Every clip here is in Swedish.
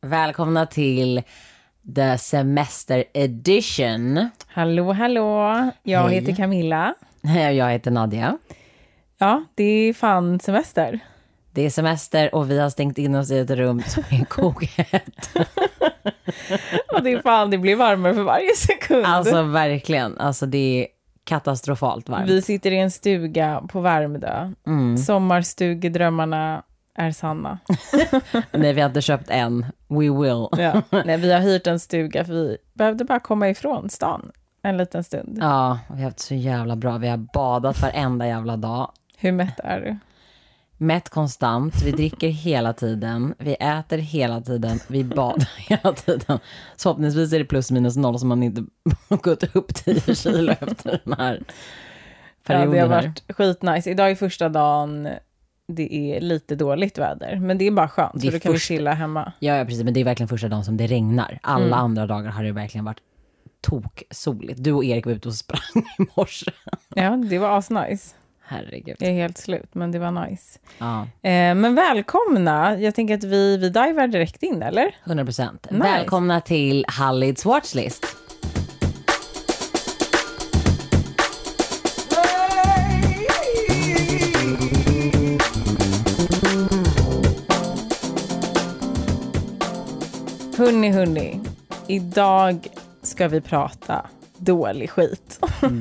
Välkomna till The Semester Edition. Hallå, hallå. Jag Hej. heter Camilla. Jag heter Nadia. Ja, det är fan semester. Det är semester och vi har stängt in oss i ett rum som är kokhett. Och det blir varmare för varje sekund. Alltså verkligen, alltså det är katastrofalt varmt. Vi sitter i en stuga på Värmdö. Sommarstugedrömmarna är sanna. Nej, vi har inte köpt en. We will. Ja. Nej, vi har hyrt en stuga för vi behövde bara komma ifrån stan en liten stund. Ja, vi har haft så jävla bra. Vi har badat varenda jävla dag. Hur mätt är du? Mätt konstant, vi dricker hela tiden, vi äter hela tiden, vi badar hela tiden. Så förhoppningsvis är det plus minus noll så man inte gått upp 10 kilo efter den här perioden. Ja, det har varit skitnice. Idag är första dagen, det är lite dåligt väder, men det är bara skönt, Det är så då kan vi chilla hemma. Ja, precis, men det är verkligen första dagen som det regnar. Alla andra dagar har det verkligen varit toksoligt. Du och Erik var ute och sprang i morse. Ja, det var asnice. Herregud. Jag är helt slut, men det var nice. Ja. Men välkomna. Jag tänker att vi divar direkt in, eller? 100%. Nice. Välkomna till Hallids Watchlist. Hörni. Idag ska vi prata dålig skit.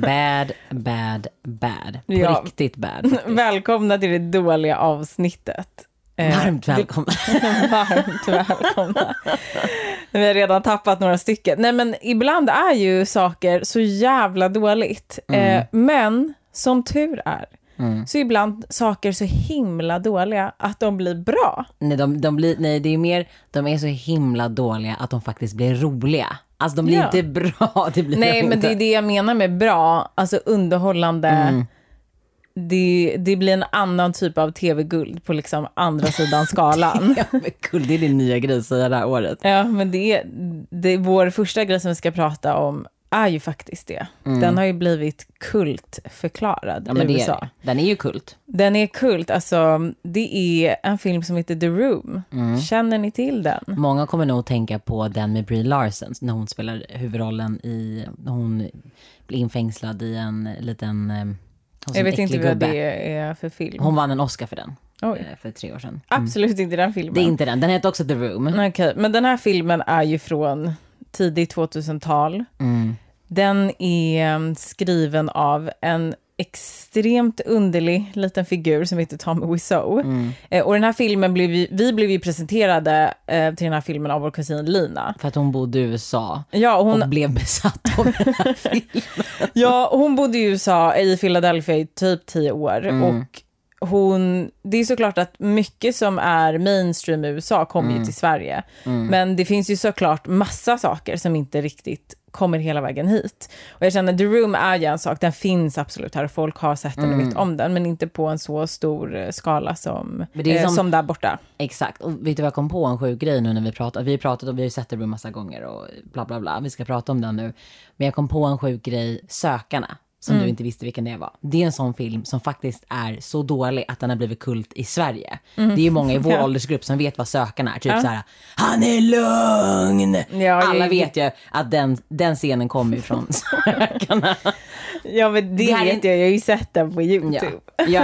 Bad. På Ja. riktigt bad. Välkomna till det dåliga avsnittet. Varmt välkomna. Varmt välkomna. Vi har redan tappat några stycken. Nej, men ibland är ju saker så jävla dåligt. Men som tur är så ibland saker så himla dåliga att de blir bra. Nej, det är mer, de är så himla dåliga att de faktiskt blir roliga. Alltså de blir inte bra. Det blir Nej, men inte. det är det jag menar med bra. Alltså underhållande. Det blir en annan typ av tv-guld på liksom andra sidan skalan. Ja, men kul, det är din nya grej så det här året. Ja, men det är vår första grej som vi ska prata om är ju faktiskt det. Den har ju blivit kultförklarad Ja, men i det USA. är det. Den är ju kult. Den är kult, alltså det är en film som heter The Room. Känner ni till den? Många kommer nog tänka på den med Brie Larson när hon spelar huvudrollen när hon blir infängslad i en liten Jag vet inte vad gubbe. det är för film. Hon vann en Oscar för den Oj. för 3 år sedan. Absolut inte den filmen. Det är inte den heter också The Room. Okej, men den här filmen är ju från tidigt 2000-tal. Den är skriven av en extremt underlig liten figur som heter Tommy Wiseau. Och den här filmen blev vi presenterade till den här filmen av vår kusin Lina. För att hon bodde i USA Ja, och blev besatt av den här filmen. Ja, hon bodde i USA, i Philadelphia i typ 10 år. Och det är såklart att mycket som är mainstream i USA kommer ju till Sverige. Men det finns ju såklart massa saker som inte riktigt kommer hela vägen hit. Och jag känner, The Room är ju en sak, den finns absolut här och folk har sett den och vet om den, men inte på en så stor skala som där borta. Exakt, och vet du vad jag kom på en sjuk grej nu när vi pratar. Vi har pratat och vi har ju sett The Room massa gånger och bla bla bla, vi ska prata om den nu. Men jag kom på en sjuk grej, Sökarna, som du inte visste vilken det var. Det är en sån film som faktiskt är så dålig att den har blivit kult i Sverige. Det är ju många i vår åldersgrupp som vet vad Sökarna är. Typ så här, han är lugn! Ja, alla vet ju att den scenen kommer ju från Sökarna. Ja, men det vet jag har ju sett den på YouTube. Ja.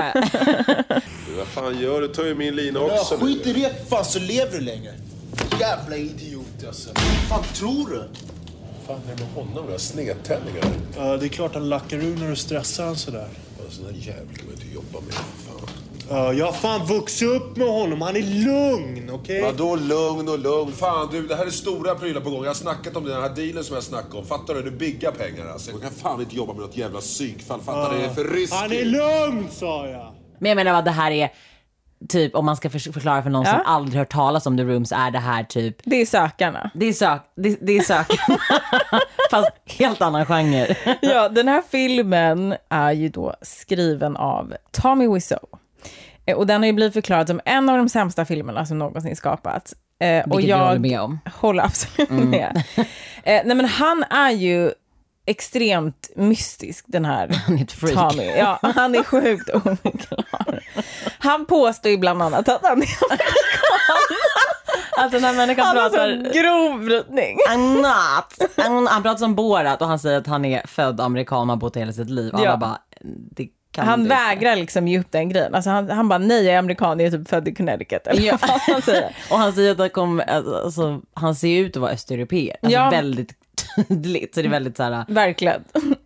Vad fan gör du? Tar ju min lina också. Ja, skit i det, fan, så lever du längre. Jävla idiot alltså. Vad tror du? Fan är det med honom då? Snedtändningar? Ja, det är klart han lackar ur när du stressar han sådär. Sån där jävel kan man inte jobba med för fan. Ja, jag har fan vuxit upp med honom. Han är lugn, okej? Vadå lugn? Fan du, det här är stora prylar på gång. Jag har snackat om den här dealen som jag snackade om. Fattar du? Det är bigga pengar alltså. Man kan fan inte jobba med något jävla psykfall. Fattar du? Det är för riskigt. Han är lugn, sa jag. Men jag menar vad det här är. Typ om man ska förklara för någon som aldrig hört talas om The Room, så är det här typ... Det är Sökarna. Det är Sökarna. Fast helt annan genre. Ja, den här filmen är ju då skriven av Tommy Wiseau. Och den har ju blivit förklarad som en av de sämsta filmerna som någonsin skapats. Och jag håller med om. Håller absolut med. Nej, men han är ju extremt mystisk, den här Han är ett freak. Tommy. Ja, han är sjukt oklar. Han påstår ju bland annat att han är amerikan. Alltså när människan pratar... grov brytning. I'm not. Han pratar som Borat och han säger att han är född amerikan och har bott hela sitt liv. Och alla bara, det kan han du vägrar liksom ge upp den grejen. Alltså han bara, nej jag är amerikan, jag är typ född i Connecticut. Eller vad han säger. Och han säger att han ser ut att vara östeuropeer. Alltså väldigt tydligt. Så det är väldigt så här... Verkligen.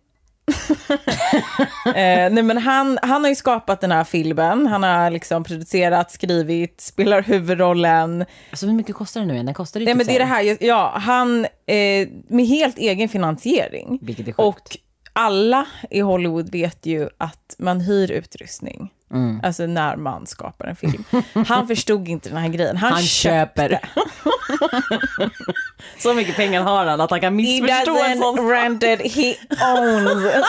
Nej, men han har ju skapat den här filmen. Han har liksom producerat, skrivit, spelar huvudrollen. Alltså hur mycket kostar det nu igen? Den kostar ju Nej, men det är det här, han med helt egen finansiering. Vilket är sjukt. Och alla i Hollywood vet ju att man hyr utrustning. Alltså när man skapar en film. Han förstod inte den här grejen. Han köper. Så mycket pengar har han att han kan missförstå en sån. He doesn't rent it, he owns it.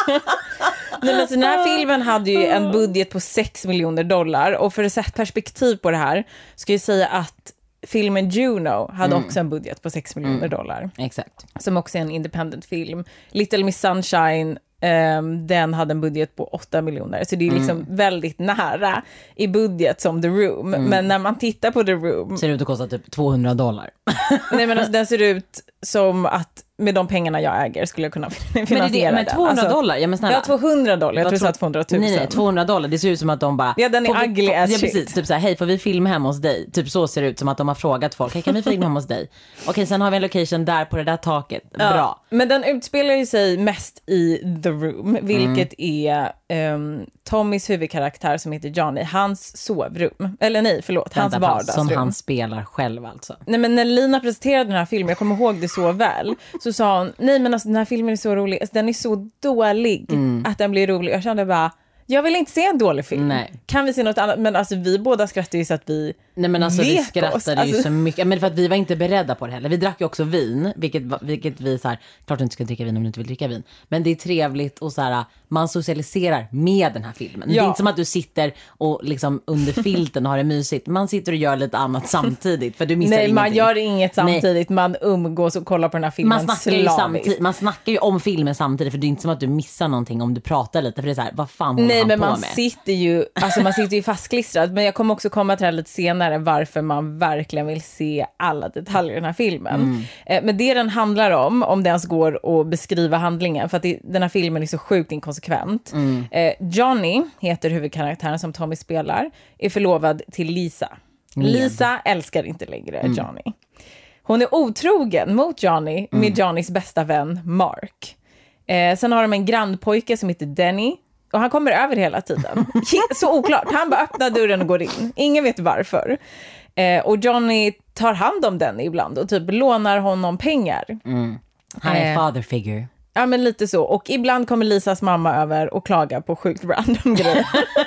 Nej, men så den här filmen hade ju en budget på $6 miljoner. Och för att sätta perspektiv på det här ska jag säga att filmen Juno hade också en budget på $6 miljoner. Exakt. Som också är en independent film. Little Miss Sunshine, den hade en budget på 8 miljoner. Så det är liksom väldigt nära i budget som The Room. Men när man tittar på The Room... Ser det ut att kosta typ $200. Nej, men alltså, den ser ut som att med de pengarna jag äger skulle jag kunna finansiera men $200? Ja, men snälla. Ja, $200. Jag tror så att 200 000. Nej, $200. Det ser ut som att de bara... Ja, den är ugly as shit. Precis, typ så här, hej, får vi filma hemma hos dig? Typ så ser det ut som att de har frågat folk. Hej, kan vi filma hemma hos dig? Okej, sen har vi en location där på det där taket. Ja, bra. men den utspelar ju sig mest i The Room, vilket är Tommys huvudkaraktär som heter Johnny, hans sovrum. Eller nej, förlåt, hans vardagsrum. Som han spelar själv alltså. Nej, men när Lina presenterade den här filmen, jag kommer ihåg det så väl, så sa hon, nej men alltså den här filmen är så rolig, alltså, den är så dålig att den blir rolig. Jag kände bara, jag vill inte se en dålig film. Nej. Kan vi se något annat? Men alltså vi båda skrattade ju så att vi... Nej, men alltså vi vet skrattade oss. ju så mycket. Men för att vi var inte beredda på det heller. Vi drack ju också vin, vilket vi så här, klart du inte ska dricka vin om du inte vill dricka vin. Men det är trevligt och så här, man socialiserar med den här filmen. Ja. Det är inte som att du sitter och liksom under filten och har det mysigt. Man sitter och gör lite annat samtidigt, för du missar ingenting. Nej, man gör inget samtidigt. Nej. Man umgås och kollar på den här filmen man snackar ju om filmen samtidigt, för det är inte som att du missar någonting om du pratar lite, för det är så här, vad fan håller Nej, han men på man med? man sitter ju fastklistrad. Men jag kommer också komma till det här lite senare, varför man verkligen vill se alla detaljer i den här filmen. Men det den handlar om det ens går att beskriva handlingen, för att den här filmen är så sjukt inkonsekvent. Johnny heter huvudkaraktären som Tommy spelar, är förlovad till Lisa. Lisa älskar inte längre Johnny. Hon är otrogen mot Johnny med Johnnys bästa vän Mark. Sen har de en grannpojke som heter Denny. Och han kommer över hela tiden. Så oklart. Han bara öppnar dörren och går in. Ingen vet varför. Och Johnny tar hand om Denny ibland och typ lånar honom pengar. Han är father figure. Ja, men lite så. Och ibland kommer Lisas mamma över och klagar på sjukt random grejer.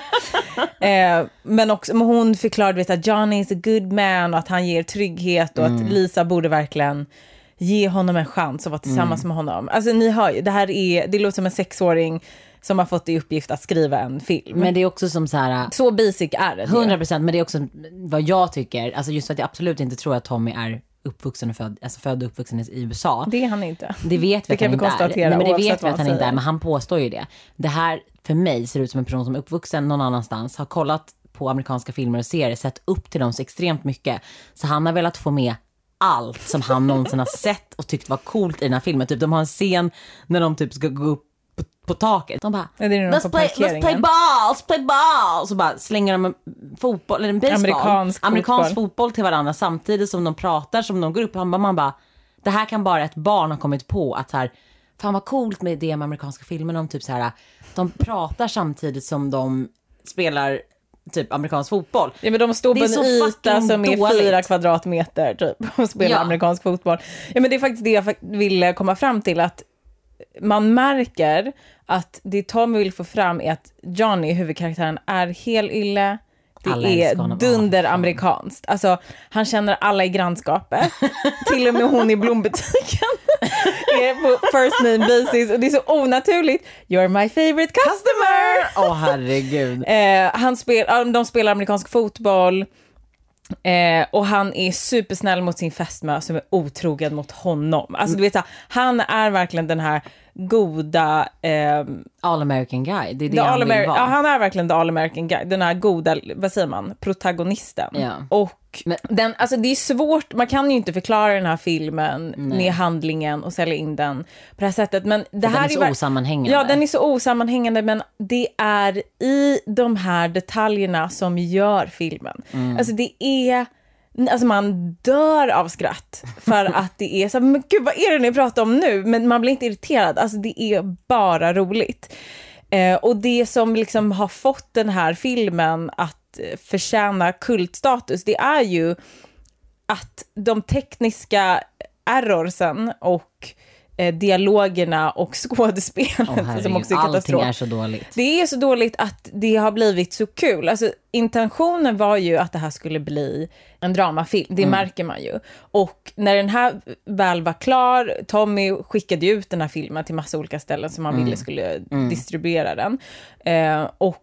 Men hon förklarade att Johnny is a good man och att han ger trygghet och att Lisa borde verkligen ge honom en chans att vara tillsammans med honom. Alltså ni hör ju, det låter som en 6-åring som har fått i uppgift att skriva en film. Men det är också som så här... Så basic är det. 100%, men det är också vad jag tycker. Alltså just för att jag absolut inte tror att Tommy är uppvuxen och född och uppvuxen i USA. Det är han inte. Det vet vi att han inte är. Nej, men det vet vi att han inte är, men han påstår ju det. Det här för mig ser ut som en person som är uppvuxen någon annanstans, har kollat på amerikanska filmer och serier, sett upp till dem så extremt mycket. Så han har velat få med allt som han någonsin har sett och tyckt var coolt i den här filmen. Typ, de har en scen när de typ ska gå upp på taket. De bara, let's play ball. Så bara slänger de en fotboll eller en baseball. Amerikansk fotboll till varandra samtidigt som de pratar, som de går upp. Man bara, det här kan bara ett barn ha kommit på, att så här, fan vad coolt med det med amerikanska filmer. De typ så här, de pratar samtidigt som de spelar typ amerikansk fotboll. Ja, men de står på en yta som är 4 kvadratmeter typ och spelar amerikansk fotboll. Ja, men det är faktiskt det jag ville komma fram till, att man märker att det Tommy vill få fram är att Johnny, huvudkaraktären, är helt ille. Det är dunder-amerikanskt. Alltså, han känner alla i grannskapet. Till och med hon i blombutiken är på first name basis. Och det är så onaturligt. You're my favorite customer! Herregud. De spelar amerikansk fotboll. Och han är supersnäll mot sin fästmö som är otrogen mot honom. Alltså du vet, han är verkligen den här goda... All American Guy, det är det han vill vara. Ja, han är verkligen the All American Guy. Den här goda, vad säger man, protagonisten. Ja. Och alltså det är svårt, man kan ju inte förklara den här filmen med handlingen och sälja in den på det här sättet. Men det här den är så osammanhängande. Ja, den är så osammanhängande, men det är i de här detaljerna som gör filmen. Alltså det är... Alltså man dör av skratt för att det är så, men gud, vad är det ni pratar om nu? Men man blir inte irriterad, alltså det är bara roligt. Och det som liksom har fått den här filmen att förtjäna kultstatus, det är ju att de tekniska errorsen och dialogerna och skådespelet som också är katastrof. Allting är så dåligt. Det är så dåligt att det har blivit så kul. Alltså, intentionen var ju att det här skulle bli en dramafilm. Det märker man ju. Och när den här väl var klar, Tommy skickade ut den här filmen till massa olika ställen som han ville skulle distribuera den. Och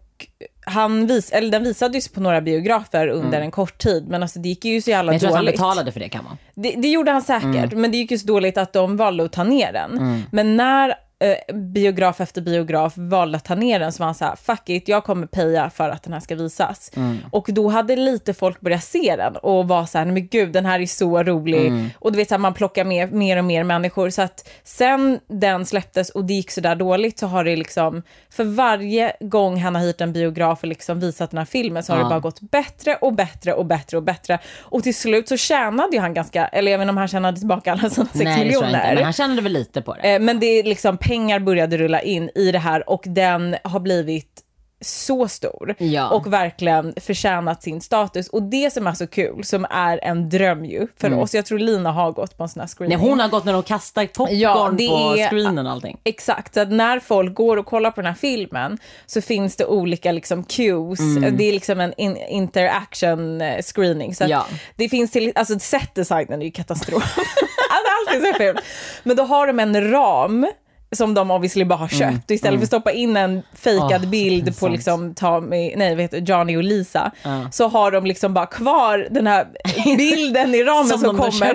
den visades på några biografer under en kort tid, men alltså det gick ju så jävla dåligt. Men jag tror att han betalade för det, kan man. Det gjorde han säkert, men det gick ju så dåligt att de valde att ta ner den. Men när biograf efter biograf valde att ta ner den, så var han så här, fuck it, jag kommer paya för att den här ska visas. Och då hade lite folk börjat se den och var så här, men gud, den här är så rolig. Och du vet att man plockar med mer och mer människor, så att sen den släpptes och det gick så där dåligt, så har det liksom, för varje gång han har hyrt en biograf och liksom visat den här filmen, så har det bara gått bättre och bättre och bättre och bättre. Och till slut så tjänade ju han ganska, eller jag vet inte om han tjänade tillbaka alla sina 6 miljoner. Men han tjänade väl lite på det. Men det är liksom, pengar började rulla in i det här och den har blivit så stor och verkligen förtjänat sin status. Och det som är så kul, som är en dröm ju för oss, jag tror Lina har gått på en sån här screening. Nej, hon har gått när de kastar popcorn på screenen och allting. Exakt, så att när folk går och kollar på den här filmen så finns det olika liksom cues, det är liksom en interaction screening, så att det finns till, alltså setdesignen är ju katastrof. Allt är så fult. Men då har de en ram som de obviously bara har köpt. Och istället för att stoppa in en fejkad bild på liksom Johnny och Lisa, så har de liksom bara kvar den här bilden i ramen som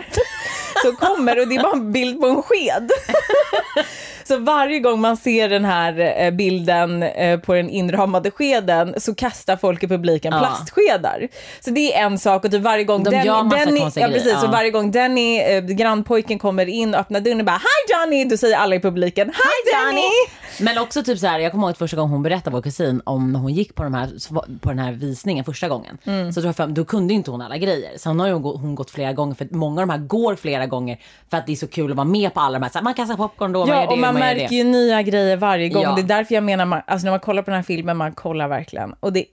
kommer och det är bara en bild på en sked. Så varje gång man ser den här bilden på den inramade skeden, så kastar folk i publiken plastskedar. Så det är en sak, och typ varje gång så varje gång Danny, grannpojken, kommer in och öppnar dörren och bara "Hi Johnny", då säger alla i publiken "Hi Danny". Men också typ så här, jag kommer ihåg att första gången hon berättade, vår kusin, om när hon gick på den här visningen första gången. Så tror jag, då kunde inte hon alla grejer. Så har hon gått flera gånger, för många av de här går flera gånger för att det är så kul att vara med på alla de här. Så man kastar popcorn då, man gör det, och man märker ju nya grejer varje gång. Ja. Det är därför jag menar, alltså när man kollar på den här filmen, man kollar verkligen. Och den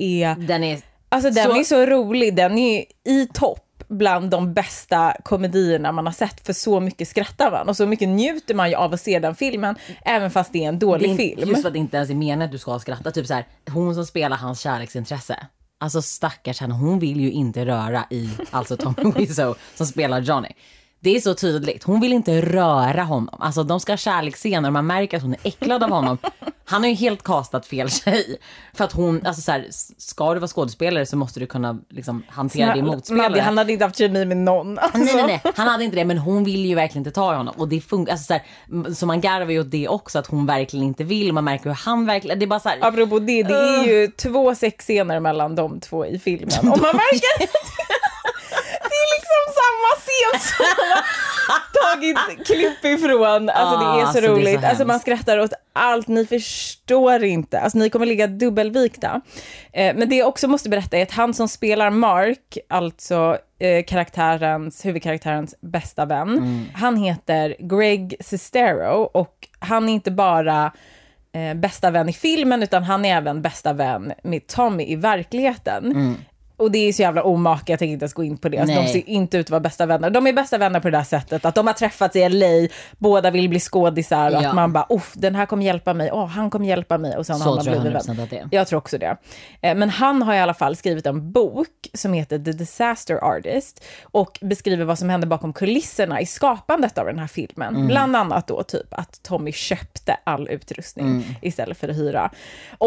är så rolig, den är i topp bland de bästa komedierna man har sett, för så mycket skrattar man och så mycket njuter man ju av att se den filmen, även fast det är en dålig film. Just för att det inte ens är meningen att du ska skratta. Typ så här, hon som spelar hans kärleksintresse, alltså stackars henne, hon vill ju inte röra i, alltså Tommy Wiseau som spelar Johnny. Det är så tydligt. Hon vill inte röra honom. Alltså de ska ha kärleksscener och man märker att hon är äcklad av honom. Han har ju helt kastat fel tjej. För att hon, alltså så här, ska du vara skådespelare så måste du kunna liksom hantera det motspelare. Han hade inte haft kemi med någon. Alltså. Nej, han hade inte det, men hon vill ju verkligen inte ta honom. Och det funkar, alltså så här, så man garvar ju åt det också, att hon verkligen inte vill. Man märker hur han verkligen, det är bara så här. Apropå det är ju 2 sexscener mellan de två i filmen. Och man märker det är liksom samma scen som man har tagit klipp ifrån. Alltså det är så roligt. Det är så alltså man skrattar åt allt, ni förstår inte. Alltså ni kommer ligga dubbelvikta. Men det jag också måste berätta är att han som spelar Mark, alltså huvudkaraktärens bästa vän, han heter Greg Sestero, och han är inte bara bästa vän i filmen, utan han är även bästa vän med Tommy i verkligheten. Och det är så jävla omaka, jag tänker inte ens gå in på det. Alltså, de ser inte ut att vara bästa vänner. De är bästa vänner på det där sättet, att de har träffats i LA, båda vill bli skådisar, och att man bara, den här kommer hjälpa mig, han kommer hjälpa mig, och sen så har man blivit vän. Jag tror också det. Men han har i alla fall skrivit en bok som heter The Disaster Artist, och beskriver vad som hände bakom kulisserna i skapandet av den här filmen. Bland annat då typ att Tommy köpte all utrustning istället för att hyra. Och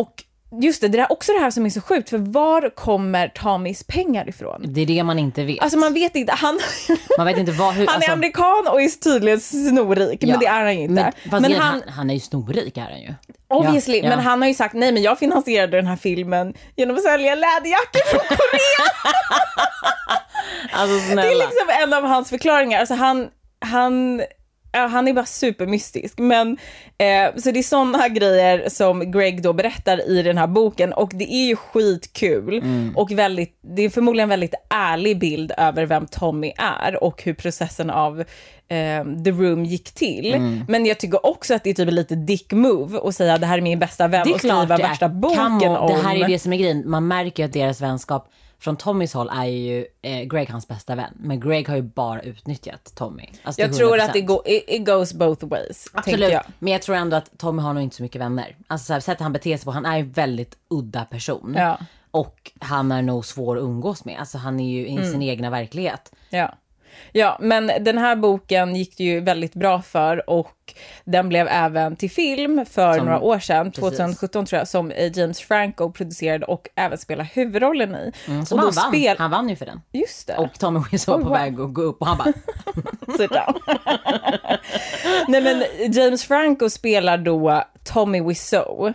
just det är också det här som är så sjukt, för var kommer Tommys pengar ifrån? Det är det man inte vet. Alltså man vet inte, Man vet inte vad, hur, han är amerikan och är tydligen snorrik, men det är han ju inte. Men han är ju snorrik, är han ju. Obviously, men han har ju sagt, nej men jag finansierade den här filmen genom att sälja läderjackor från Korea. Alltså snälla. Det är liksom en av hans förklaringar. Alltså han är bara supermystisk. Men, så det är sådana grejer som Greg då berättar i den här boken. Och det är ju skitkul. Och det är förmodligen en väldigt ärlig bild över vem Tommy är. Och hur processen av The Room gick till. Men jag tycker också att det är typ lite dick move att säga det här är min bästa vän och skriva värsta boken om. Det här är det som är grejen. Man märker ju att deras vänskap från Tommys håll är ju Greg hans bästa vän. Men Greg har ju bara utnyttjat Tommy. Alltså jag tror att it goes both ways. Absolut, jag. men jag tror ändå att Tommy har nog inte så mycket vänner. Alltså så här, sättet han beter sig på, han är ju väldigt udda person. Ja. Och han är nog svår att umgås med. Alltså han är ju i sin egna verklighet. Ja, men den här boken gick det ju väldigt bra för, och den blev även till film för några år sedan, 2017 tror jag, som James Franco producerade och även spelade huvudrollen i. Så han vann ju för den. Just det. Och Tommy Wiseau var på väg att gå upp och han bara sit down. Nej men James Franco spelar då Tommy Wiseau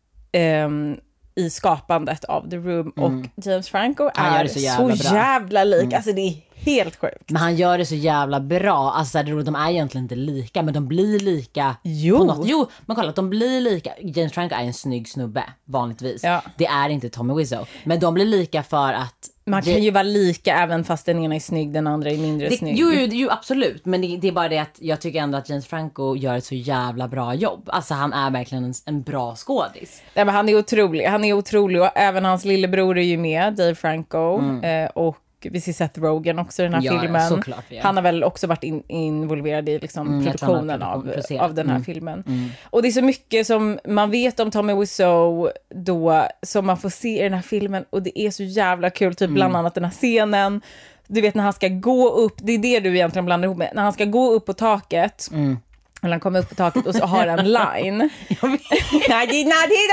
i skapandet av The Room, och James Franco är så jävla lik. Alltså det är helt sjukt. Men han gör det så jävla bra. Alltså de är egentligen inte lika, men de blir lika på något. Jo, men kolla, de blir lika. James Franco är en snygg snubbe vanligtvis. Det är inte Tommy Wiseau, men de blir lika för att man kan ju vara lika även fast den ena är snygg, den andra är mindre snygg. Jo, absolut. Men det är bara det att jag tycker ändå att James Franco gör ett så jävla bra jobb. Alltså han är verkligen en bra skådis. Nej, men han är otrolig och även hans lillebror är ju med, Dave Franco, och vi ser Seth Rogen också i den här filmen. Såklart, han har väl också varit involverad i liksom produktionen av den här filmen. Och det är så mycket som man vet om Tommy Wiseau då, som man får se i den här filmen, och det är så jävla kul, typ bland annat den här scenen, du vet när han ska gå upp, det är det du egentligen blandar ihop med, när han ska gå upp på taket. Eller han kommer upp på taket och så har en line. I did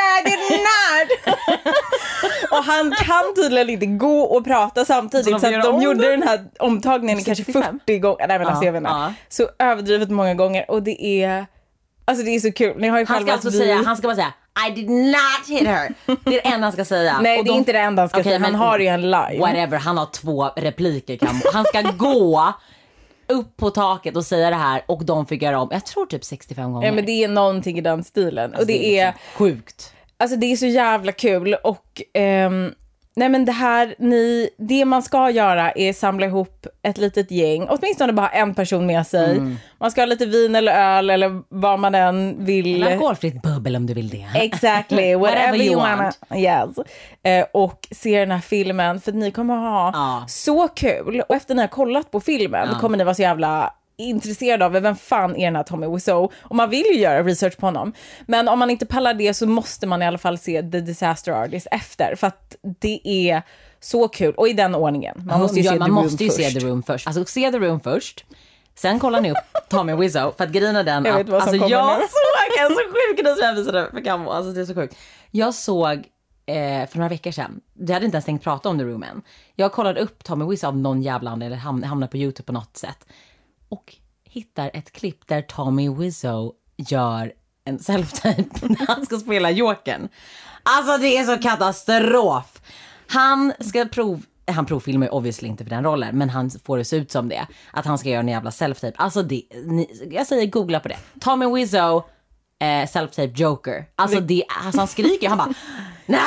not. Och han kan tydligen inte gå och prata samtidigt. Så att de gjorde den här omtagningen kanske 40 gånger. Nej, men alltså, jag vet inte. Så överdrivet många gånger. Och det är så kul. Ni har ju han ska bara säga I did not hit her. Det är det enda han ska säga. Nej, och det är inte det enda han ska säga. Han har ju en line. Whatever, han har 2 repliker. Han ska gå upp på taket och säga det här, och de fick göra om, jag tror typ 65 gånger. Ja, men det är någonting i den stilen. Alltså, och det är sjukt. Alltså det är så jävla kul. Och nej men det man ska göra är samla ihop ett litet gäng, åtminstone bara en person med sig. Man ska ha lite vin eller öl eller vad man än vill. Eller alkoholfritt bubbel om du vill det. Exactly, whatever you want. Yes. Och se den här filmen, för ni kommer ha så kul. Och efter ni har kollat på filmen kommer ni vara så jävla intresserad av vem fan är den här Tommy Wiseau, och man vill ju göra research på honom, men om man inte pallar det så måste man i alla fall se The Disaster Artist efter, för att det är så kul, och i den ordningen man måste ju se The Room först. Alltså se The Room först, sen kollar ni upp Tommy Wiseau, för att grejen är den jag vet vad som kommer jag såg en så sjuk grej som jag visade för Camo, alltså det är så sjukt. Jag såg för några veckor sedan, jag hade inte ens tänkt prata om The Room än, jag kollade upp Tommy Wiseau av någon jävla eller hamnade på YouTube på något sätt och hittar ett klipp där Tommy Wiseau gör en self-tape när han ska spela Jokern. Alltså det är så katastrof. Han provfilmar obviously inte för den rollen, men han får det se ut som det, att han ska göra en jävla self-tape. Alltså jag säger googla på det. Tommy Wiseau self-tape Joker. Alltså han skriker, han bara nah!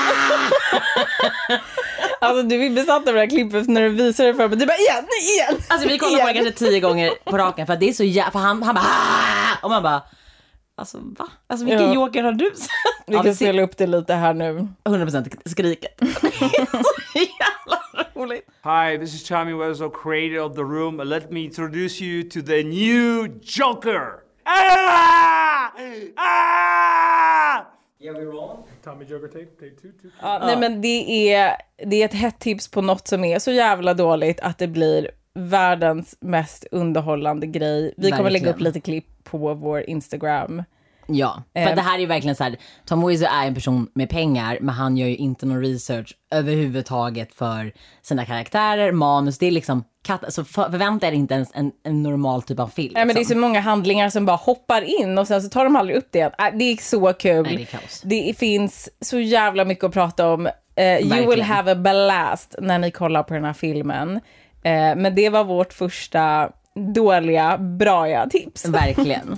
Alltså du är besatt av det här klippet när du visar det för mig. Du bara igen. Alltså vi kollar på det kanske 10 gånger på raken, för att det är så för han bara och man bara alltså va? Alltså vilken Joker har du sett? Vi kan spela upp det lite här nu. 100% skriket. Så jävla roligt. Hi, this is Tommy Wiseau, creator of The Room. Let me introduce you to the new Joker. Yeah, we're on. Tommy Joker take 2. Nej men det är ett hett tips på något som är så jävla dåligt att det blir världens mest underhållande grej. Vi kommer lägga upp lite klipp på vår Instagram Ja, för det här är ju verkligen så här, Tom Wiseau är en person med pengar, men han gör ju inte någon research överhuvudtaget för sina karaktärer, manus, det är liksom så förvänta er inte ens en normal typ av film. Liksom. Nej, men det är så många handlingar som bara hoppar in och sen så tar de aldrig upp det. Det är så kul. Nej, det är kaos. Det finns så jävla mycket att prata om. You will have a blast när ni kollar på den här filmen. Men det var vårt första dåliga, bra tips. Verkligen.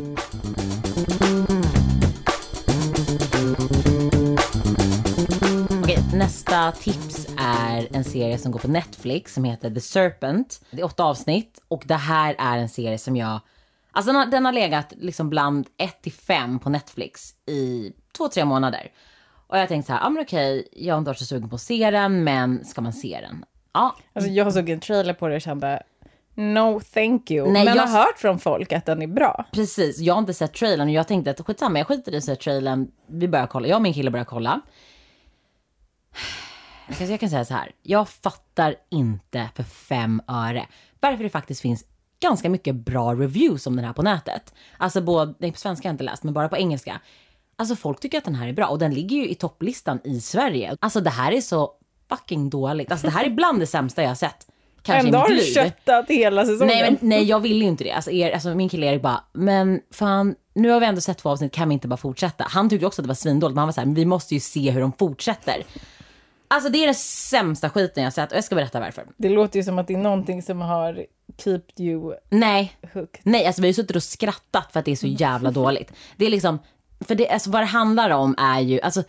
Okej, nästa tips är en serie som går på Netflix som heter The Serpent. Det är 8 avsnitt och det här är en serie som jag... Alltså den har legat liksom bland 1-5 på Netflix i 2-3 månader. Och jag tänkte så här, men okej, jag har inte varit så sugen på att se den, men ska man se den? Ja. Alltså jag såg en trailer på det och kände, no thank you. Nej, men jag har hört från folk att den är bra. Precis, jag har inte sett trailern och jag tänkte att skitsamma, jag skiter i att se trailern. Vi börjar kolla, jag och min kille börjar kolla. Jag kan säga så här, jag fattar inte för 5 öre varför det faktiskt finns ganska mycket bra reviews om den här på nätet. Alltså nej, på svenska har jag inte läst, men bara på engelska. Alltså folk tycker att den här är bra och den ligger ju i topplistan i Sverige. Alltså det här är så fucking dåligt. Alltså det här är bland det sämsta jag har sett. Kanske ändå har du köttat hela säsongen. Nej, jag vill ju inte det. Alltså min kille Erik bara, men fan, nu har vi ändå sett 2 avsnitt, kan vi inte bara fortsätta? Han tyckte också att det var svindåligt, men han var så här, men vi måste ju se hur de fortsätter. Alltså det är den sämsta skiten jag har sett och jag ska berätta varför. Det låter ju som att det är någonting som har kept you hooked. Nej, alltså vi har ju suttit och skrattat för att det är så jävla dåligt. Det är liksom, för det, alltså vad det handlar om är ju, alltså,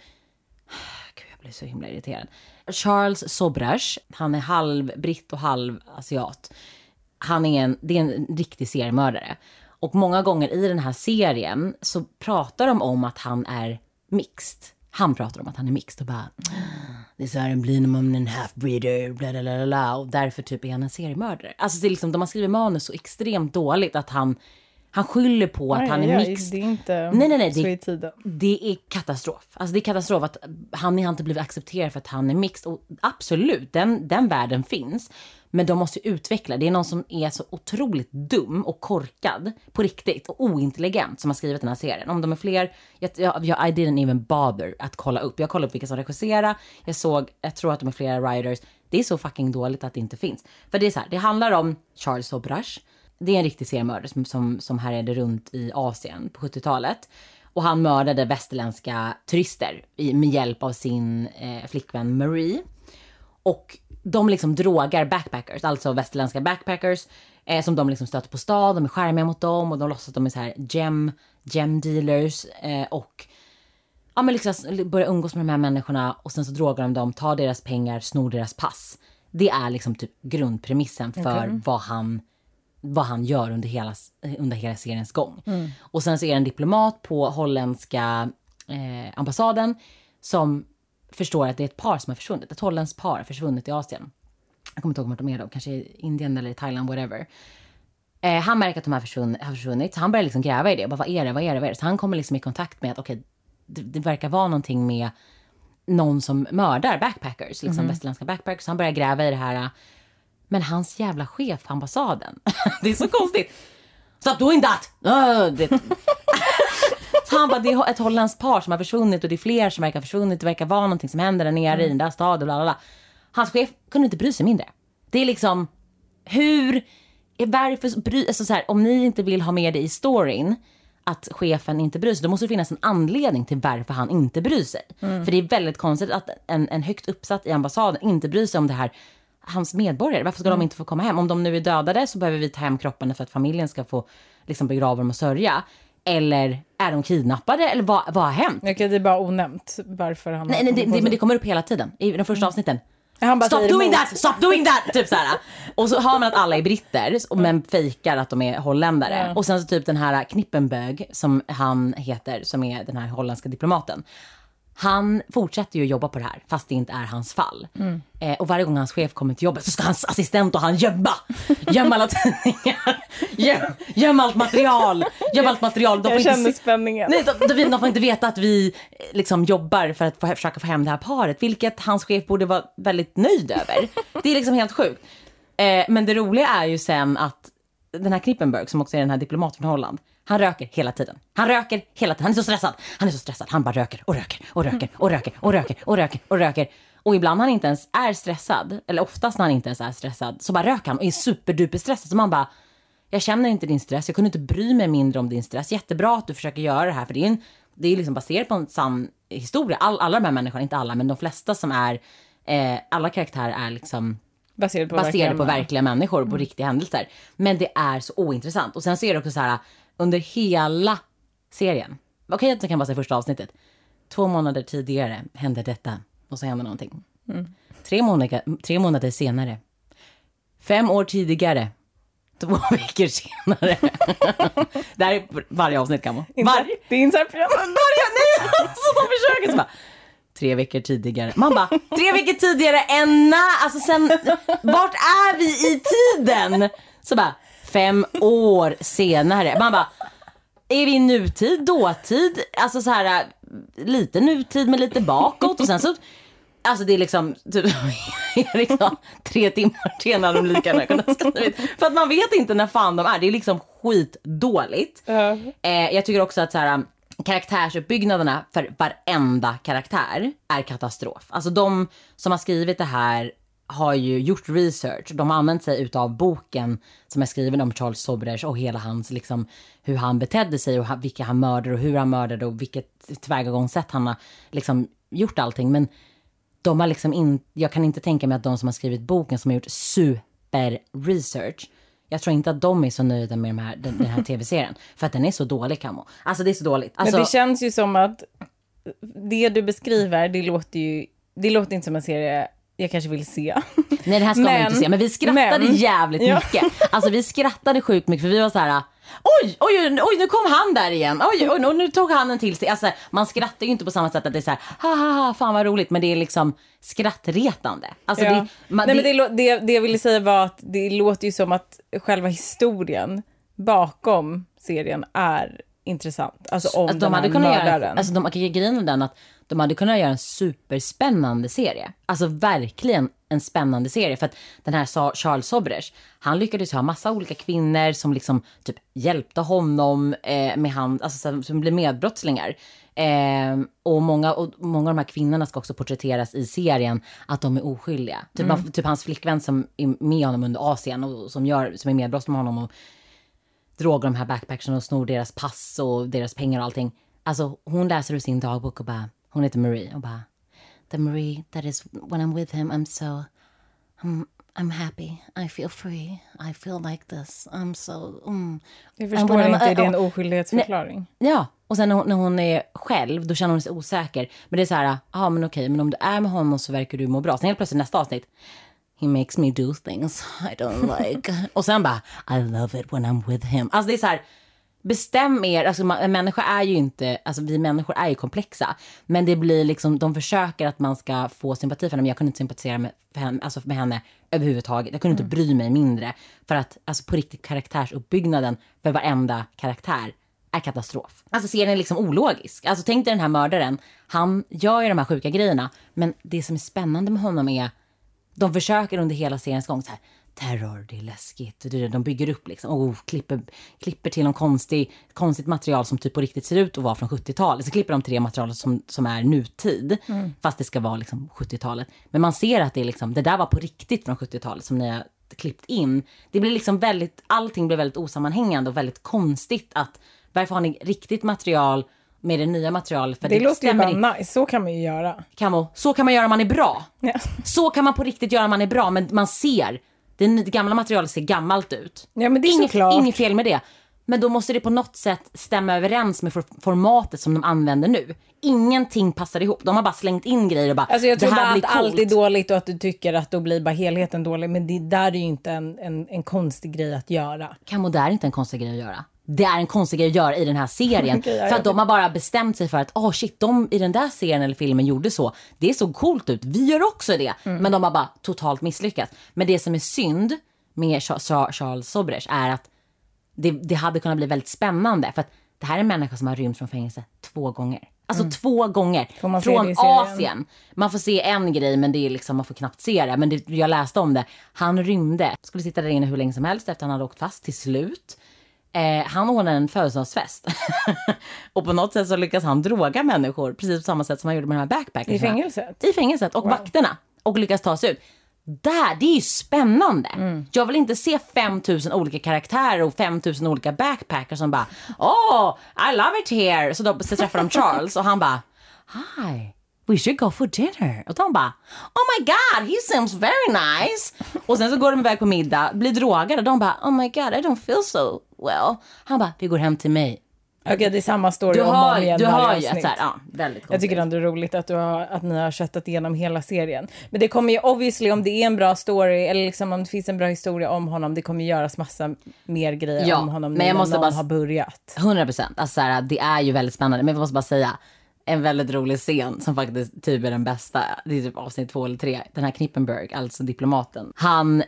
gud jag blir så himla irriterad. Charles Sobhraj, han är halv britt och halv asiat. Det är en riktig seriemördare. Och många gånger i den här serien så pratar de om att han är mixed. Han pratar om att han är mixed och bara, det är så här en blind en half-breeder, blablabla, och därför typ är han en seriemördare. Alltså det är liksom, de har skrivit manus så extremt dåligt att han skyller på att han är mixed. Det är inte nej, så i tiden. Det är katastrof. Alltså det är katastrof att han inte blivit accepterad för att han är mixed. Och absolut, den världen finns. Men de måste utveckla. Det är någon som är så otroligt dum och korkad på riktigt och ointelligent som har skrivit den här serien. Om de är fler, I didn't even bother att kolla upp. Jag kollade upp vilka som regisserar. Jag tror att de är flera writers. Det är så fucking dåligt att det inte finns. För det är så här, det handlar om Charles Sobhraj. Det är en riktig seriemördare som härjade runt i Asien på 70-talet. Och han mördade västerländska turister med hjälp av sin flickvän Marie. Och de liksom drogar backpackers, alltså västerländska backpackers, som de liksom stöter på stad. De är skärmiga mot dem och de låtsas att de är så här gem dealers. Och ja, men liksom börjar umgås med de här människorna och sen så drogar de dem, tar deras pengar, snor deras pass. Det är liksom typ grundpremissen för vad han gör under hela seriens gång. Och sen så är det en diplomat på holländska ambassaden som förstår att det är ett par som har försvunnit. Ett holländskt par har försvunnit i Asien. Jag kommer inte ihåg vart de är då. Kanske i Indien eller i Thailand, whatever. Han märker att de har försvunnit. Så han börjar liksom gräva i det. Bara, vad är det? Så han kommer liksom i kontakt med att det verkar vara någonting med någon som mördar backpackers. Liksom västerländska backpackers. Så han börjar gräva i det här. Men hans jävla chef på ambassaden. Det är så konstigt. Stop doing that! Så han bara, det är ett holländskt par som har försvunnit och det är fler som verkar ha försvunnit. Det verkar vara någonting som händer där nere i den där staden. Bla bla bla. Hans chef kunde inte bry sig mindre. Det är liksom, alltså så här, om ni inte vill ha med det i storyn att chefen inte bryr sig, då måste det finnas en anledning till varför han inte bryr sig. För det är väldigt konstigt att en högt uppsatt i ambassaden inte bryr sig om det här, hans medborgare. Varför ska de inte få komma hem? Om de nu är dödade så behöver vi ta hem kropparna för att familjen ska få liksom begrava dem och sörja. Eller är de kidnappade? Eller vad har hänt? Okej, det är bara onämnt varför han... Nej, men det kommer upp hela tiden i de första avsnitten. Han bara Stop doing that! Typ såhär. Och så har man att alla är britter men fejkar att de är holländare. Och sen så typ den här Knippenbög som han heter, som är den här holländska diplomaten. Han fortsätter ju att jobba på det här fast det inte är hans fall. Och varje gång hans chef kommer till jobbet så ska hans assistent och han gömma alla tidningar. Gömma allt material. Jag känner spänningen. De får inte veta att vi liksom jobbar för att försöka få hem det här paret. Vilket hans chef borde vara väldigt nöjd över. Det är liksom helt sjukt. Men det roliga är ju sen att den här Knippenberg som också är den här diplomaten från Holland. Han röker hela tiden. Han är så stressad. Han bara röker. Och ibland när han inte ens är stressad, eller oftast när han inte ens är stressad, så bara röker han och är superduper stressad. Så man bara, jag känner inte din stress, jag kunde inte bry mig mindre om din stress. Jättebra att du försöker göra det här, för det är liksom baserat på en sann historia. Alla de här människorna, inte alla, men de flesta som är, alla karaktärer är liksom baserade på verkliga människor, på riktiga händelser. Men det är så ointressant. Och sen ser det också så här, under hela serien, okej att det kan vara så i första avsnittet, 2 månader tidigare hände detta, och så händer någonting. 3 månader senare, 5 år tidigare, 2 veckor senare. Det här är varje avsnitt, kan man. Det är Inception. Så de försöker så bara, 3 veckor tidigare. Man bara, 3 veckor tidigare än alltså sen, vart är vi i tiden? Så bara, 5 år senare. Man bara, är vi i nutid, dåtid? Alltså så här, lite nutid men lite bakåt. Och sen så, alltså det är liksom, typ, 3 timmar senare de lika gärna kunnat skrivit. För att man vet inte när fan de är. Det är liksom skitdåligt. Jag tycker också att så här, karaktärsuppbyggnaderna för varenda karaktär är katastrof. Alltså de som har skrivit det här har ju gjort research. De har använt sig utav boken som är skriven om Charles Sobhraj och hela hans liksom, hur han betedde sig och vilka han mördade och hur han mördade och vilket tillvägagångssätt han har liksom gjort allting. Men de har liksom jag kan inte tänka mig att de som har skrivit boken, som har gjort super research, jag tror inte att de är så nöjda med den här tv-serien. För att den är så dålig, Camo. Alltså det är så dåligt. Alltså, men det känns ju som att det du beskriver, det låter inte som en serie jag kanske vill se. Nej, det här ska man inte se. Men vi skrattade jävligt mycket. Alltså vi skrattade sjukt mycket, för vi var så här: oj, nu kom han där igen. Oj, nu tog han en till sig. Alltså man skrattar ju inte på samma sätt att det är så här, ha, fan vad roligt. Men det är liksom skrattretande. Alltså ja. Det jag ville säga var att det låter ju som att själva historien bakom serien är intressant. Alltså om att de hade kunnat göra alltså grejen är den att de hade kunnat göra en superspännande serie. Alltså verkligen en spännande serie. För att den här Charles Sobhraj, han lyckades ha massa olika kvinnor som liksom typ hjälpte honom med alltså som blev medbrottslingar. Och många av de här kvinnorna ska också porträtteras i serien att de är oskyldiga. Typ hans flickvän som är med honom under Asien och som är medbrottsling med honom och drogar de här backpackerna och snor deras pass och deras pengar och allting. Alltså hon läser ur sin dagbok och bara, hon heter Marie och bara, the Marie that is when I'm with him I'm happy, I feel free, I feel like this, I'm so Jag förstår inte, det är en oskyldighetsförklaring. Ja, och sen när hon är själv, då känner hon sig osäker. Men det är så här, men okej, men om du är med honom så verkar du må bra. Sen helt plötsligt nästa avsnitt, he makes me do things I don't like. Och sen bara, I love it when I'm with him. Alltså det är så här, bestäm er. Alltså en människa är ju inte, alltså vi människor är ju komplexa. Men det blir liksom, de försöker att man ska få sympati för henne. Men jag kunde inte sympatisera med henne överhuvudtaget. Jag kunde inte bry mig mindre. För att alltså på riktigt karaktärsuppbyggnaden för varenda karaktär är katastrof. Alltså serien är liksom ologisk. Alltså tänk dig den här mördaren. Han gör ju de här sjuka grejerna. Men det som är spännande med honom är, de försöker under hela seriens gång så här, terror, det är läskigt. De bygger upp liksom, klipper till någon konstigt material som typ på riktigt ser ut att vara från 70-talet. Så klipper de till det materialet som är nutid. Fast det ska vara liksom 70-talet. Men man ser att det är liksom, det där var på riktigt från 70-talet som ni har klippt in. Det blir liksom allting blir väldigt osammanhängande och väldigt konstigt att, varför har ni riktigt material med det nya materialet? För det låter ju bara nice, så kan man ju göra. Så kan man göra om man är bra. Ja. Så kan man på riktigt göra om man är bra, men man ser, det gamla materialet ser gammalt ut. Ja, men det är såklart. Inget fel med det. Men då måste det på något sätt stämma överens med formatet som de använder nu. Ingenting passar ihop. De har bara slängt in grejer och bara, alltså jag tror det här bara blir att coolt. allt är dåligt och att du tycker att då blir bara helheten dålig. Men det där är ju inte en konstig grej att göra. Camo, det är inte en konstig grej att göra. Det är en konstig grej att göra i den här serien. Okay, för att de har bara bestämt sig för att shit, de i den där serien eller filmen gjorde så. Det såg coolt ut. Vi gör också det. Men de har bara totalt misslyckats. Men det som är synd med Charles Sobhraj är att det hade kunnat bli väldigt spännande. För att det här är en människa som har rymt från fängelse 2 gånger. Alltså 2 gånger. Från Asien. Man får se en grej, men det är liksom, man får knappt se det. Men jag läste om det. Han rymde. Skulle sitta där inne hur länge som helst efter han hade åkt fast till slut. Han ordnade en födelsedagsfest. Och på något sätt så lyckas han droga människor. Precis på samma sätt som han gjorde med de här backpackers. I fängelset. Och vakterna. Och lyckas ta sig ut. Det är ju spännande. Jag vill inte se 5000 olika karaktärer och 5000 olika backpackers som bara I love it here. Så då träffar de Charles och han bara hi, we should go for dinner. Och de bara oh my god, he seems very nice. Och sen så går de iväg på middag, blir drogade och de bara oh my god, I don't feel so well. Han bara, vi går hem till mig. Okej, det är samma story du om har, igen. Du har ju ett så här, väldigt konstigt. Jag tycker ändå det är roligt att ni har köttat igenom hela serien. Men det kommer ju obviously, om det är en bra story eller liksom om det finns en bra historia om honom, det kommer göras massa mer grejer om honom men jag måste bara har börjat. 100%. Alltså så här, det är ju väldigt spännande. Men jag måste bara säga en väldigt rolig scen som faktiskt typ är den bästa. Det är typ avsnitt 2 eller 3. Den här Knippenberg, alltså diplomaten. Han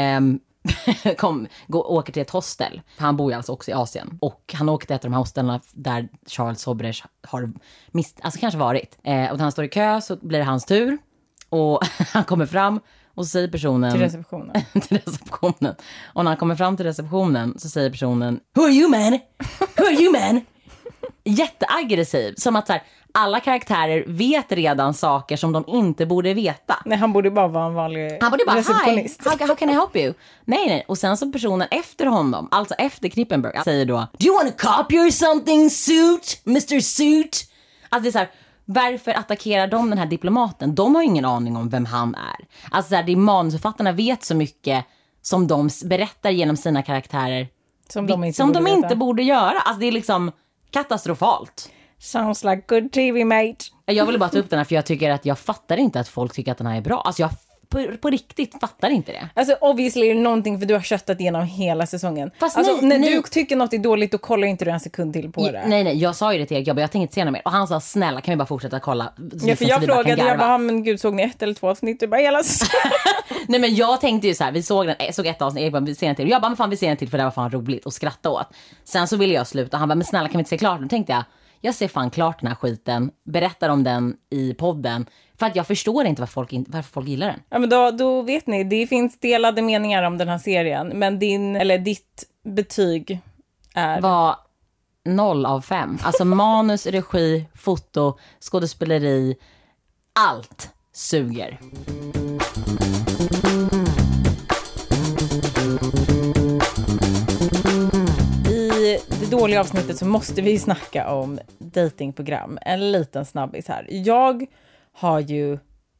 åker till ett hostel. Han bor ju alltså också i Asien. Och han åkte till ett av de här hostelna där Charles Sobresch har kanske varit. Och när han står i kö så blir det hans tur. Och han kommer fram och så säger personen... Till receptionen. till receptionen. Och när han kommer fram till receptionen så säger personen Who are you man? Who are you man? Jätteaggressiv. Som att så här, alla karaktärer vet redan saker som de inte borde veta. Nej, han borde bara vara en vanlig han borde bara, receptionist. Hi, how can I help you? Nej. Och sen så personen efter honom, alltså efter Knippenberg, säger då Do you want to copy or something, suit? Mr. Suit? Alltså det är så här, varför attackerar de den här diplomaten? De har ju ingen aning om vem han är. Alltså så här, det är manusförfattarna vet så mycket som de berättar genom sina karaktärer Som de inte borde göra. Alltså det är liksom katastrofalt. Sounds like good TV, mate. Jag ville bara ta upp den här för jag tycker att jag fattar inte att folk tycker att den här är bra. Alltså jag på riktigt fattar inte det. Alltså obviously är det någonting för du har köttat igenom hela säsongen. Fast alltså, när du tycker något är dåligt då kollar inte du en sekund till på det. Nej, jag sa ju det till Erik, jag tänkte inte se något mer. Och han sa snälla kan vi bara fortsätta kolla. Ja, för jag frågade, jag bara men gud såg ni 1 eller 2 avsnitt? Du bara hela Nej men jag tänkte ju så här, vi såg ett avsnitt, Erik bara vi ser en till. Jag bara men fan vi ser en till för det var fan roligt och skratta åt. Sen så ville jag sluta och han bara men snälla kan vi inte se klart? Då tänkte jag ser fan klart den här skiten, berättar om den i podden. För att jag förstår inte varför folk gillar den. Ja, men då vet ni, det finns delade meningar om den här serien. Men ditt betyg var 0 av 5. Alltså manus, regi, foto, skådespeleri, allt suger. I det dåliga avsnittet så måste vi snacka om datingprogram. En liten snabbis här. Jag har ju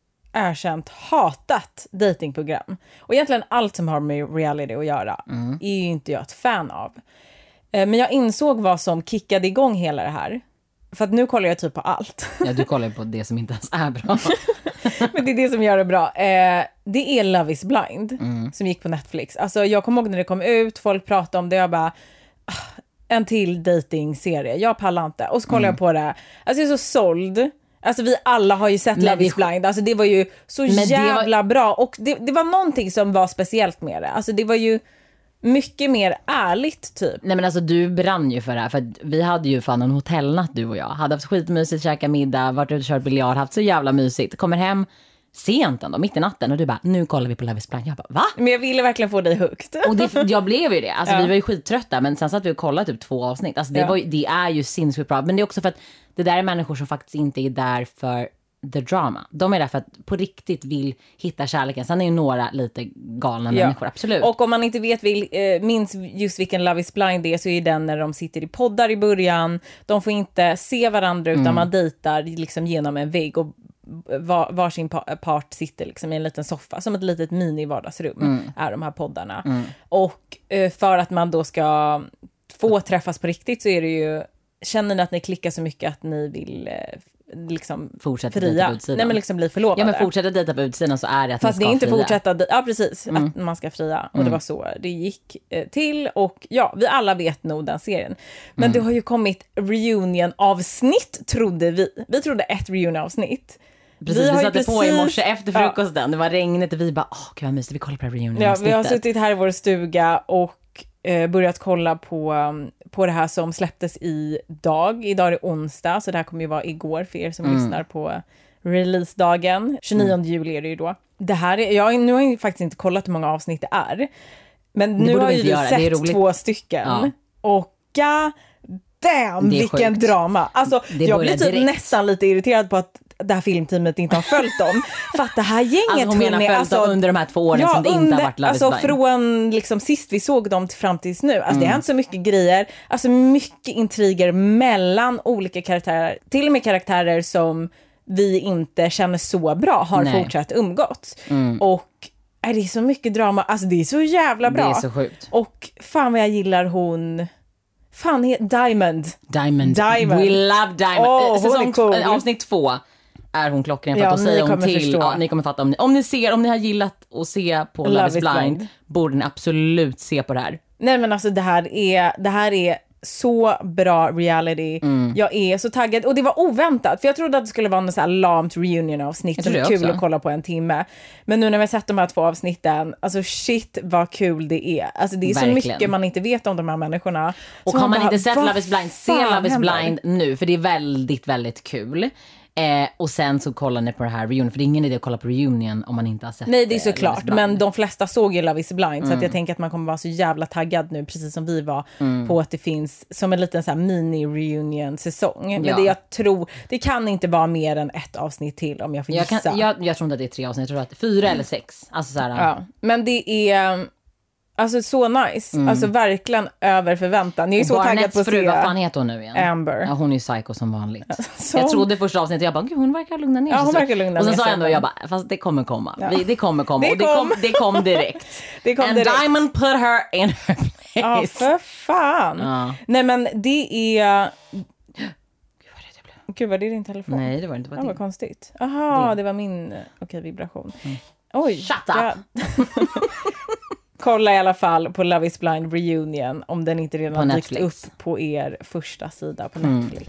hatat datingprogram. Och egentligen allt som har med reality att göra är ju inte jag ett fan av. Men jag insåg vad som kickade igång hela det här. För att nu kollar jag typ på allt. Ja, du kollar på det som inte ens är bra. Men det är det som gör det bra. Det är Love is blind som gick på Netflix. Alltså jag kommer ihåg när det kom ut, folk pratade om det. Jag bara, en till dating-serie. Jag pallar inte. Och så kollar jag på det. Alltså jag är så såld. Alltså vi alla har ju sett Love is blind. Alltså det var ju så jävla bra. Och det var någonting som var speciellt med det. Alltså det var ju mycket mer ärligt typ. Nej men alltså du brann ju för det här. För vi hade ju fan en hotellnatt du och jag. Hade haft skitmysigt, käkat middag, varit ute och kört biljard, haft så jävla mysigt. Kommer hem sent ändå, mitt i natten. Och du bara, nu kollar vi på Love is blind. Jag bara, va? Men jag ville verkligen få dig hooked. Och jag blev ju det. Alltså vi var ju skittrötta. Men sen satt vi och kollade typ 2 avsnitt. Alltså det är ju sinnessjukt bra. Men det är också för att det där är människor som faktiskt inte är där för the drama. De är där för att på riktigt vill hitta kärleken. Sen är ju några lite galna människor, absolut. Och om man inte minns just vilken Love is blind är, så är den när de sitter i poddar i början. De får inte se varandra utan man dejtar liksom genom en vägg och varsin part sitter liksom i en liten soffa som ett litet mini-vardagsrum är de här poddarna. Och för att man då ska få träffas på riktigt så är det ju, känner ni att ni klickar så mycket att ni vill liksom fortsätta fria. På utsidan. Nej men liksom bli förlovade. Ja men fortsätta dejta på utsidan så är det att fast ni ska det är inte fria. fortsätta, ja precis, att man ska fria. Och det var så det gick till. Och ja, vi alla vet nog den serien. Men det har ju kommit reunion-avsnitt trodde vi. Vi trodde ett reunion-avsnitt. Precis, vi satte på i morse efter frukosten. Det var regnet och vi bara, gud vad mysigt, vi kollar på reunion-avsnittet. Ja, vi har suttit här i vår stuga och börjat kolla på det här som släpptes idag. Idag är det onsdag, så det här kommer ju vara igår för er som lyssnar på releasedagen. 29 juli är det ju då. Det här är, nu har jag faktiskt inte kollat hur många avsnitt det är. Men nu har ju vi sett 2 stycken. Ja. Och damn, vilken sjukt. Drama. Alltså, jag blir typ nästan lite irriterad på att det här filmteamet inte har följt dem. För att det här gänget... hon menar följt dem under de här 2 åren som det inte har varit Love is Blind. Från liksom sist vi såg dem fram tills nu. Alltså det har hänt så mycket grejer. Alltså mycket intriger mellan olika karaktärer. Till och med karaktärer som vi inte känner så bra har fortsatt umgått. Och det är så mycket drama. Alltså det är så jävla bra. Det är så sjukt. Och fan vad jag gillar hon... Diamond. We love Diamond. Hon är cool. Avsnitt 2 är hon klockren. För att då säger hon till... Ja, ni kommer fatta. Om ni har gillat att se på Love is Blind, borde ni absolut se på det här. Nej men alltså det här är så bra reality. Jag är så taggad. Och det var oväntat. För jag trodde att det skulle vara något så här lamt reunion-avsnitt som är kul också. Att kolla på en timme. Men nu när vi har sett de här 2 avsnitten, alltså shit vad kul det är. Alltså det är verkligen så mycket man inte vet om de här människorna. Och har man inte sett Love is Blind, se Love is Blind nu. För det är väldigt, väldigt kul. Och sen så kollar ni på det här reunion. För det är ingen idé att kolla på reunion om man inte har sett. Nej, det är såklart. Men de flesta såg ju Love is Blind. Så att jag tänker att man kommer vara så jävla taggad nu, precis som vi var, på att det finns som en liten så här mini-reunion-säsong. Men det jag tror, det kan inte vara mer än 1 avsnitt till om jag får gissa. Jag tror inte att det är 3 avsnitt. Jag tror att 4 eller 6. Alltså så här, ja. Men det är... Alltså så nice. Alltså verkligen över förväntan. Jag är så taggad på att se. Vad fan heter hon nu igen? Amber. Ja, hon är ju psycho som vanligt. Jag trodde första avsnittet, jag bara, gud hon verkar lugna ner sig. Ja, hon verkar lugna ner sig. Och sen sa jag ändå, jag bara, fast det kommer komma. Ja. Det kommer komma. Det kom direkt. direkt. Diamond put her in her place. Ja, för fan. Ja. Nej, men det är... Gud, var det din telefon? Nej, det var inte. Vad konstigt. Aha, det var min vibration. Oj. Shut up. Kolla i alla fall på Love is Blind Reunion om den inte redan dykt upp på er första sida på Netflix.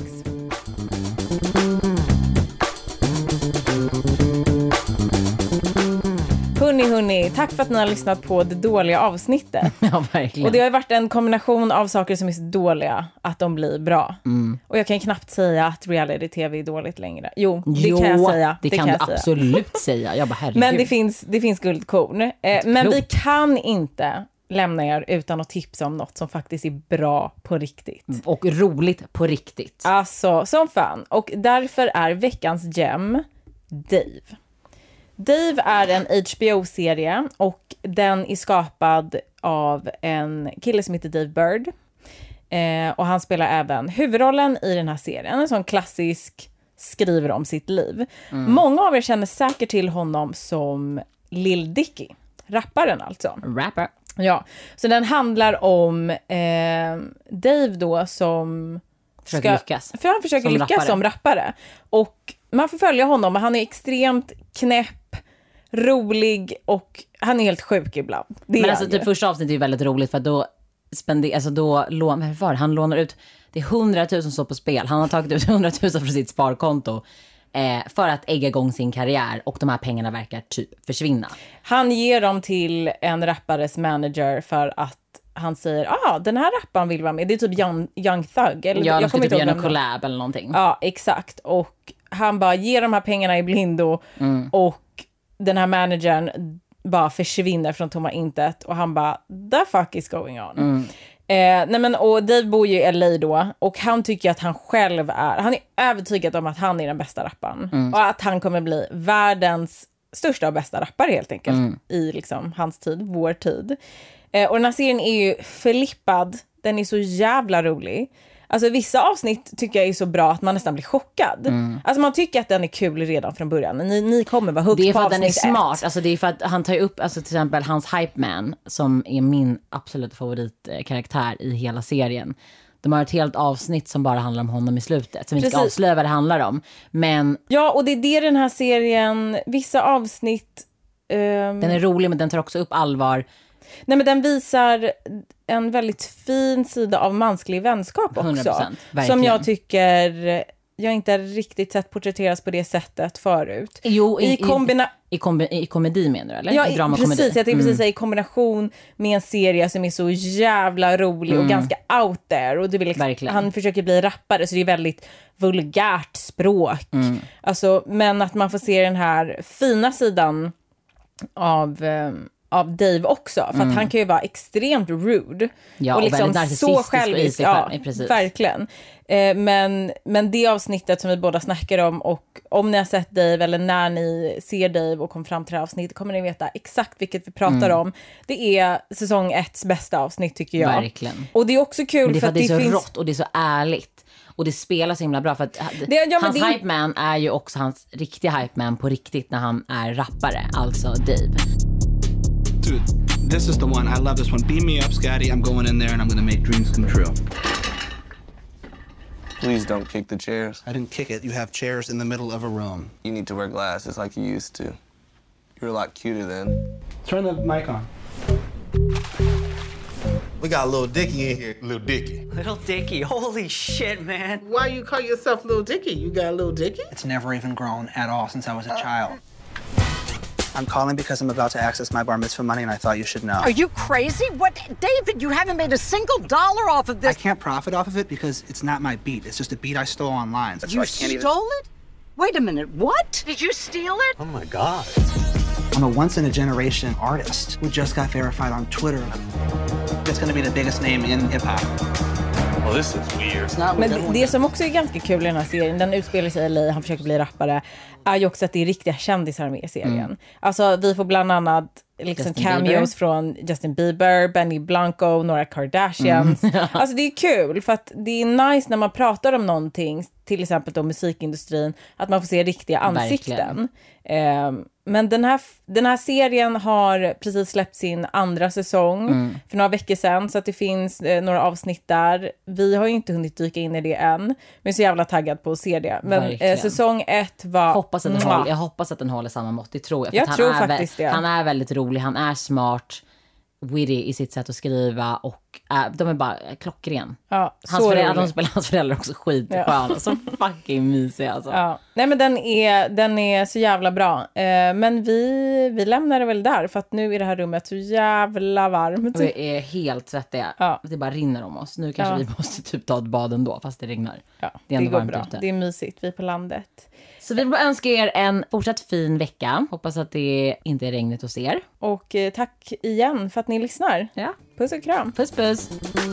Hörni, tack för att ni har lyssnat på det dåliga avsnittet. Ja, verkligen. Och det har varit en kombination av saker som är så dåliga att de blir bra. Och jag kan knappt säga att reality-tv är dåligt längre. Jo, det kan jag säga. Det kan du absolut säga. Jag bara, herregud. Men det finns guldkorn. Men vi kan inte lämna er utan att tipsa om något som faktiskt är bra på riktigt. Och roligt på riktigt. Alltså, som fan. Och därför är veckans gem Dave. Dave är en HBO-serie och den är skapad av en kille som heter Dave Bird. Och han spelar även huvudrollen i den här serien. En sån klassisk skriver om sitt liv. Många av er känner säkert till honom som Lil Dicky. Rapparen alltså. Rapper. Ja, så den handlar om Dave då som... Försöker lyckas. För han försöker lyckas som rappare. Och man får följa honom. Han är extremt knäpp, rolig och han är helt sjuk ibland. Men alltså typ första avsnittet är ju väldigt roligt för att han lånar ut, det är 100 000 så på spel. Han har tagit ut 100 000 från sitt sparkonto för att ägga igång sin karriär och de här pengarna verkar typ försvinna. Han ger dem till en rappares manager för att han säger, den här rapparen vill vara med. Det är typ Young Thug. Eller, jag kommer inte göra en collab eller någonting. Ja, exakt. Och han bara ger de här pengarna i blindo och den här managern bara försvinner från tomma intet och han bara, the fuck is going on? Och Dave bor ju i LA då och han tycker att han själv han är övertygad om att han är den bästa rapparen och att han kommer bli världens största och bästa rappare helt enkelt i liksom hans tid, vår tid. Och den här serien är ju flippad, den är så jävla rolig. Alltså vissa avsnitt tycker jag är så bra att man nästan blir chockad. Alltså man tycker att den är kul redan från början. Ni kommer vara hooked på avsnitt 1. Det är för att den är smart. Alltså det är för att han tar upp till exempel hans hype man som är min absolut favoritkaraktär i hela serien. De har ett helt avsnitt som bara handlar om honom i slutet. Som vi inte ska avslöja vad det handlar om. Men... Ja, och det är det den här serien... Vissa avsnitt... Den är rolig men den tar också upp allvar. Nej, men den visar en väldigt fin sida av mänsklig vänskap också. 100%, som jag tycker jag inte riktigt sett porträtteras på det sättet förut. Jo, i komedi menar du, eller? Ja, I dramakomedi. precis. Jag tänkte precis säga i kombination med en serie som är så jävla rolig och ganska out there. Och det vill liksom, han försöker bli rappare, så det är väldigt vulgärt språk. Alltså, men att man får se den här fina sidan av Dave också, för att han kan ju vara extremt rude och liksom så självisk, verkligen. Men det avsnittet som vi båda snackar om, och om ni har sett Dave eller när ni ser Dave och kom fram till det här avsnittet, kommer ni veta exakt vilket vi pratar om. Det är säsong 1:s bästa avsnitt, tycker jag. Verkligen. Och det är också kul för att det är så rått och det är så ärligt. Och det spelar så himla bra, för att hans hype man är ju också hans riktiga hype man på riktigt när han är rappare, alltså Dave. Dude, this is the one. I love this one. Beam me up, Scotty. I'm going in there and I'm going to make dreams come true. Please don't kick the chairs. I didn't kick it. You have chairs in the middle of a room. You need to wear glasses like you used to. You're a lot cuter then. Turn the mic on. We got Lil Dicky in here. Lil Dicky. Little Dicky, holy shit, man. Why you call yourself Lil Dicky? You got Lil Dicky? It's never even grown at all since I was a child. I'm calling because I'm about to access my bar mitzvah money and I thought you should know. Are you crazy? What, David, you haven't made a single dollar off of this. I can't profit off of it because it's not my beat. It's just a beat I stole online. You stole it? Wait a minute, what? Did you steal it? Oh my God. I'm a once-in-a-generation artist who just got verified on Twitter. It's going to be the biggest name in hip-hop. Well, this is weird. Men det som också är ganska kul i den här serien, den utspelar sig i LA, han försöker bli rappare, är ju också att det är riktiga kändisar med i serien. Alltså vi får bland annat liksom cameos från Justin Bieber, Benny Blanco, några Kardashians. Alltså det är kul, för att det är nice när man pratar om någonting, till exempel då musikindustrin, att man får se riktiga ansikten. Men den här serien har precis släppt sin andra säsong för några veckor sedan, så att det finns några avsnitt där. Vi har ju inte hunnit dyka in i det än, men jag är så jävla taggad på att se det. Men säsong 1 var... Jag hoppas att den håller samma mått, det tror jag. Jag tror faktiskt det. Han är väldigt rolig, han är smart, witty i sitt sätt att skriva, och de är bara klockren. Ja, hans föräldrar också skitsköna, så fucking mysiga alltså. Ja. Nej, men den är så jävla bra. Men vi lämnar det väl där, för att nu är det här rummet så jävla varmt. Vi är helt svettiga. Ja. Det bara rinner om oss. Nu kanske vi måste typ ta ett bad ändå, fast det regnar. Ja, det är ändå varmt bra. Ute. Det är mysigt, vi är på landet. Så vi vill bara önska er en fortsatt fin vecka. Hoppas att det inte är regnigt hos er. Och tack igen för att ni lyssnar. Ja. Puss och kram. Puss, puss.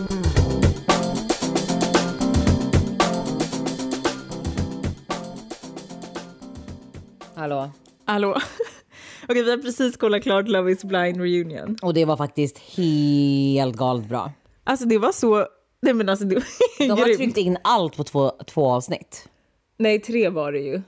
Hallå. Okej, vi har precis kollat klart Love is Blind Reunion. Och det var faktiskt helt galet bra. Alltså det var så... Nej, men alltså, det var de har tryckt in allt på två avsnitt. Nej, 3 var det ju.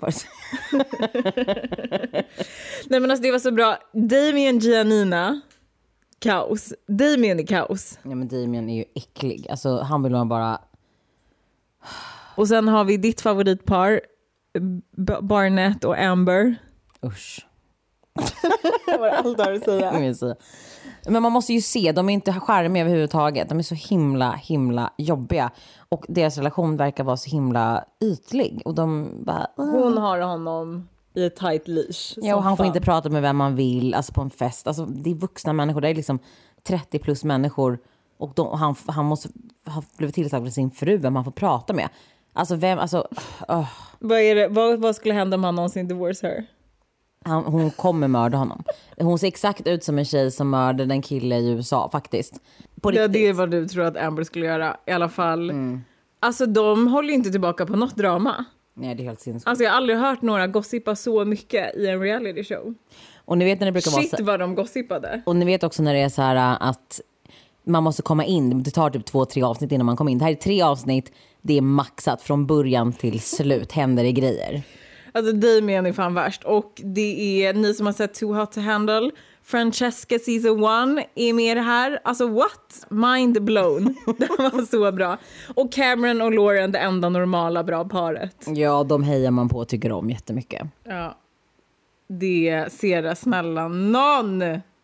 Nej, men alltså det var så bra. Damien, Giannina, kaos. Damien är kaos. Ja, men Damien är ju äcklig. Alltså han vill man bara... Och sen har vi ditt favoritpar, Barnett och Amber. Usch. Det var allt där att säga. Men man måste ju se, de är inte charmiga överhuvudtaget. De är så himla jobbiga. Och deras relation verkar vara så himla ytlig. Och de bara... Hon har honom i ett tight leash. Ja, och han får inte prata med vem man vill. Alltså på en fest. Alltså det är vuxna människor. Det är liksom 30 plus människor. Och han måste ha blivit tillsagd med sin fru vem man får prata med. Alltså vem... Alltså, vad skulle hända om han någonsin divorce her? Hon kommer mörda honom. Hon ser exakt ut som en tjej som mördade en kille i USA faktiskt. Ja, det är vad du tror att Amber skulle göra i alla fall. Alltså de håller ju inte tillbaka på något drama. Nej, det är helt sinnessjukt. Alltså jag har aldrig hört några gossipa så mycket i en reality show. Och ni vet när det brukar vara så... vad de gossipade. Och ni vet också när det är så här att man måste komma in. Det tar typ 2-3 avsnitt innan man kommer in. Det här är 3 avsnitt. Det är maxat från början till slut. Händer det grejer. Alltså Damien är fan värst. Och det är ni som har sett Too Hot to Handle. Francesca season 1 är med här. Alltså what? Mind blown. Det var så bra. Och Cameron och Lauren, det enda normala bra paret. Ja, de hejar man på och tycker om jättemycket. Ja. Det ser det snälla någon.